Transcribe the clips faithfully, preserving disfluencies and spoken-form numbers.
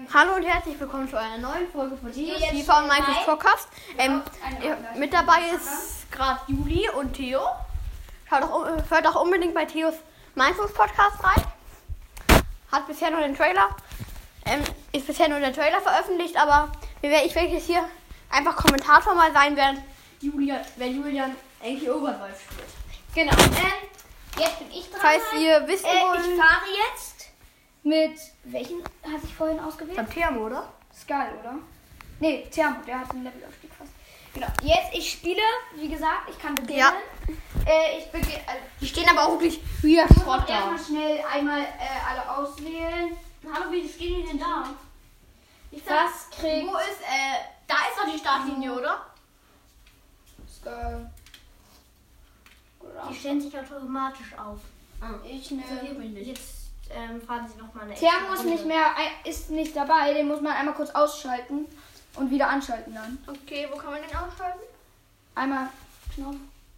Hallo und herzlich willkommen zu einer neuen Folge von FIFA und Minecraft Podcast. Ähm, mit dabei ist gerade Juli und Theo. Schaut auch, hört auch unbedingt bei Theos Minecraft Podcast rein. Hat bisher nur den Trailer. Ähm, ist bisher nur der Trailer veröffentlicht, aber ich werde jetzt hier einfach Kommentator mal sein, während Julian, wenn Julian eigentlich Overwolf spielt. Genau. Ähm, jetzt bin ich dran. Falls ihr wissen äh, wollt. Ich fahre jetzt mit. Welchen hatte ich vorhin ausgewählt? Ich Thermo, oder? Sky, oder? Nee, Thermo, der hat einen Levelaufstieg fast. Genau. Jetzt, ich spiele, wie gesagt, ich kann beginnen. Ja. Äh, ich beginne. Also, Die stehen aber auch wirklich wie ich muss Schrott da. erstmal schnell einmal äh, alle auswählen. Hallo, wie stehen die denn da? Was kriegt. Wo ist, äh, da ist doch die Startlinie, oder? Sky. Die stellen sich automatisch auf. Ich nehme. Jetzt ähm, fahren sie nochmal eine Thermo ist nicht mehr, ist nicht dabei, den muss man einmal kurz ausschalten und wieder anschalten dann. Okay, wo kann man den ausschalten? Einmal Knopf.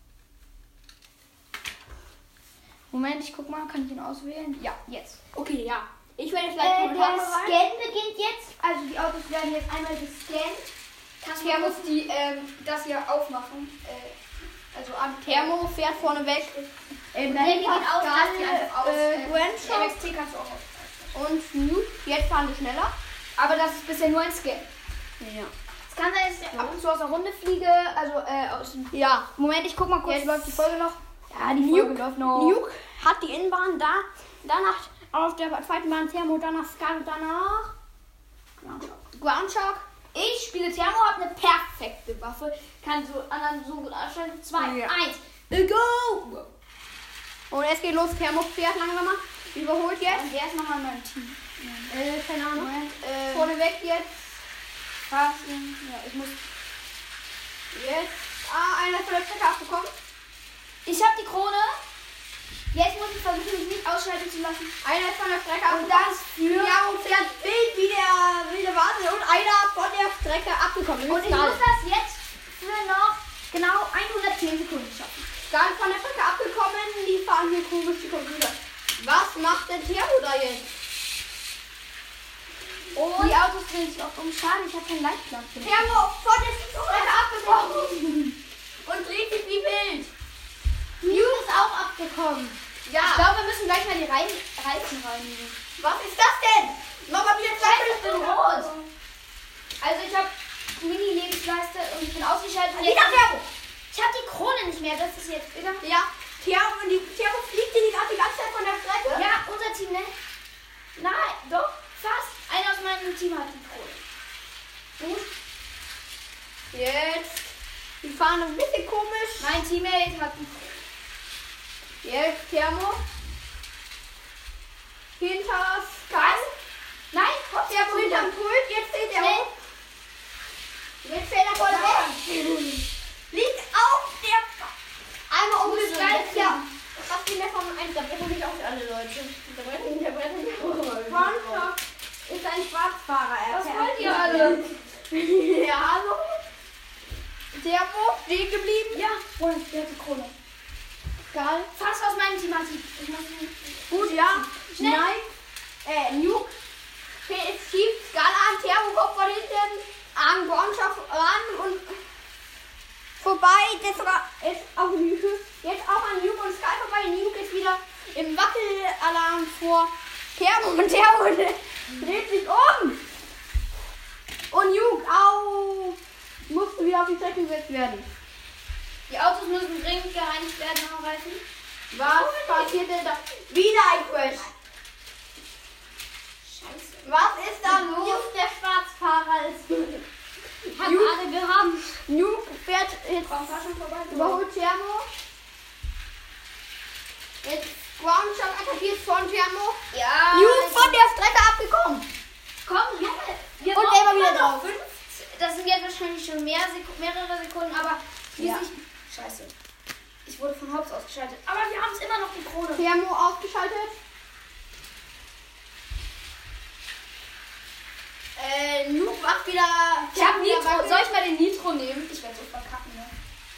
Moment, ich guck mal, kann ich ihn auswählen? Ja, jetzt. Okay, ja. Ich werde jetzt gleich Äh, der Kommentator rein. Scan beginnt jetzt. Also die Autos werden jetzt einmal gescannt. Thermo muss die, ähm, das hier aufmachen. Äh, also an Thermo fährt vorne weg. Ähm, Und dahinter geht aus, Sky, lass die einfach aus. äh, Äh, Gwen die M X T kannst du auch aus. und Newt. Jetzt fahren die schneller. Aber das ist bisher nur ein Scan. Ja. Es kann sein, dass ich ab und zu aus der Runde fliege. Also äh, aus dem Ja. Moment, ich guck mal kurz, Jetzt läuft die Folge noch? Ja, die Nuke, Folge läuft noch. Nuke hat die Innenbahn da. Danach auf der zweiten Bahn Thermo, danach Sky und danach Groundshock. Ich spiele Thermo, habe eine perfekte Waffe. Kann so anderen so gut ausschalten. zwei, Ja. eins, go! Und es geht los. Thermo fährt langsamer. Überholt jetzt. Und wer ist nochmal in meinem Team? Äh, keine Ahnung. Moment, äh, Vorne weg jetzt. was? Ja, ich muss. Jetzt. Ah, einer ist von der Strecke abgekommen. Ich habe die Krone. Jetzt muss ich versuchen, mich nicht ausschalten zu lassen. Einer ist von der Strecke Und abgekommen. das für. Ja, und fährt wild wie der wilde Wahnsinn. Und einer von der Strecke abgekommen. Und ich muss das jetzt für noch genau hundertzehn Sekunden schaffen. Gar nicht von der Strecke abgekommen. Die fahren hier komisch die Computer. Was macht der Thermo da jetzt? Und die Autos drehen sich oft um. Schade, ich habe keinen Leitplan. Thermo von der Strecke abgekommen. Und dreht sich wie wild. Nuke ist auch abgekommen. Ja. Ich glaube, wir müssen gleich mal die Reifen, Reifen reinigen. Was ist das denn? Nochmal wieder zwei Ich bin rot. Also ich habe Mini-Lebensleiste und ich bin ausgeschaltet. Wieder Thermo. Ich habe die Krone nicht mehr. Das ist jetzt wieder. Ja. Thermo, die Thermo fliegt die gerade die ganze Zeit von der Strecke. Ja, unser Team, ne? Nein, doch, fast. Einer aus meinem Team hat die Krone. Gut. Jetzt. Die fahren ein bisschen komisch. Mein Teammate hat die Krone. Jetzt Thermo. Hinter Sky. Nein, trotzdem. Thermo hinterm Pult. Jetzt steht er Schnell. hoch. Jetzt fällt er voll weg. Liegt auf der. Einmal umgedreht. Ja. Was geht der von eins? Da brechen nicht auch alle Leute. Da brechen der brechen nicht alle. Groundshock ist ein Schwarzfahrer. Was wollt ihr alle? Ja, hallo. Thermo stehen geblieben. Ja, und der hat die Krone. Geil. Fast aus meinem Team hat sie. Ich muss ihn. Gut, ja. Schnell. Nein. Äh, Nuke. Ist schief. Skala an. Thermo kommt von hinten. An Groundshock ran und vorbei. Das war ist auf Nuke. Jetzt auch an Nuke und Sky vorbei. Nuke ist wieder im Wackelalarm vor Thermo und Thermo dreht sich um. Und Nuke, au, musste wieder auf die Strecke gesetzt werden. Die Autos müssen dringend gereinigt werden am Reifen. Was passiert denn da? Wieder ein Crash. Scheiße. Was ist da los? Der Schwarzfahrer ist. Hat Nuke. alle gehabt. Nuke fährt jetzt Komm, fahr schon vorbei. überholt Thermo. Jetzt Groundshock attackiert von Thermo. Ja. Nuke von der Strecke abgekommen. Komm, Junge. Wir Und brauchen der war wieder immer noch drauf. fünf. Das sind jetzt wahrscheinlich schon mehr Sek mehrere Sekunden, aber Ja. schließlich. Scheiße. Ich wurde von Haupts ausgeschaltet. Aber wir haben es immer noch die Krone. Thermo ausgeschaltet. Äh, Nuke macht wieder. Ich hab wieder Nitro. Wackel. Soll ich mal den Nitro nehmen? Ich werde so verkacken, ne?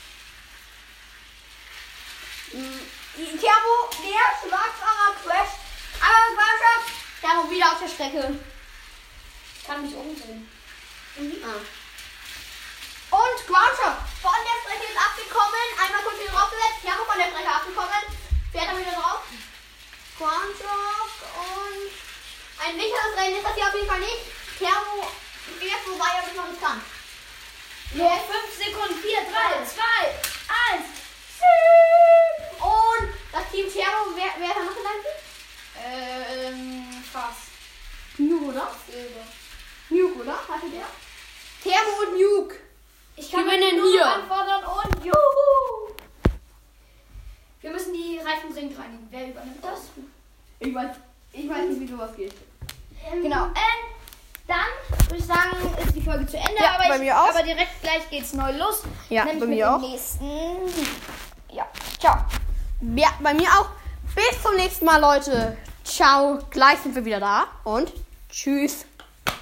Mm, Thermo, der Schwarzfahrer crasht. Aber Groundshock. Thermo wieder auf der Strecke. kann mich umdrehen. Mhm. Ah. Und Groundshock von der Strecke ist abgekommen. Einmal kurz wieder draufgesetzt. Thermo von der Strecke abgekommen. Fährt er wieder drauf. Groundshock und ein sicheres Rennen ist das hier auf jeden Fall nicht. Thermo fährt vorbei, aber ich noch nicht kann. Noch fünf Sekunden. vier, drei, zwei, eins. Und das Team Thermo, wer, wer ist da noch in deinem Team? Ähm, fast. Nuke, oder? Silber. Nuke, oder? Hatte der? Thermo und Nuke. Ich kann gewinnen nur hier. anfordern und juhu! Wir müssen die Reifen dringend reinigen. Wer übernimmt das? Ich weiß, ich weiß nicht, wie sowas geht. Genau. Ähm, dann würde ich sagen, ist die Folge zu Ende. Ja, aber, bei ich, mir auch. aber direkt gleich geht's neu los. Ja, Nämlich bei mit mir dem auch. nächsten. Ja, ciao. Ja, bei mir auch. Bis zum nächsten Mal, Leute. Ciao. Gleich sind wir wieder da. Und tschüss.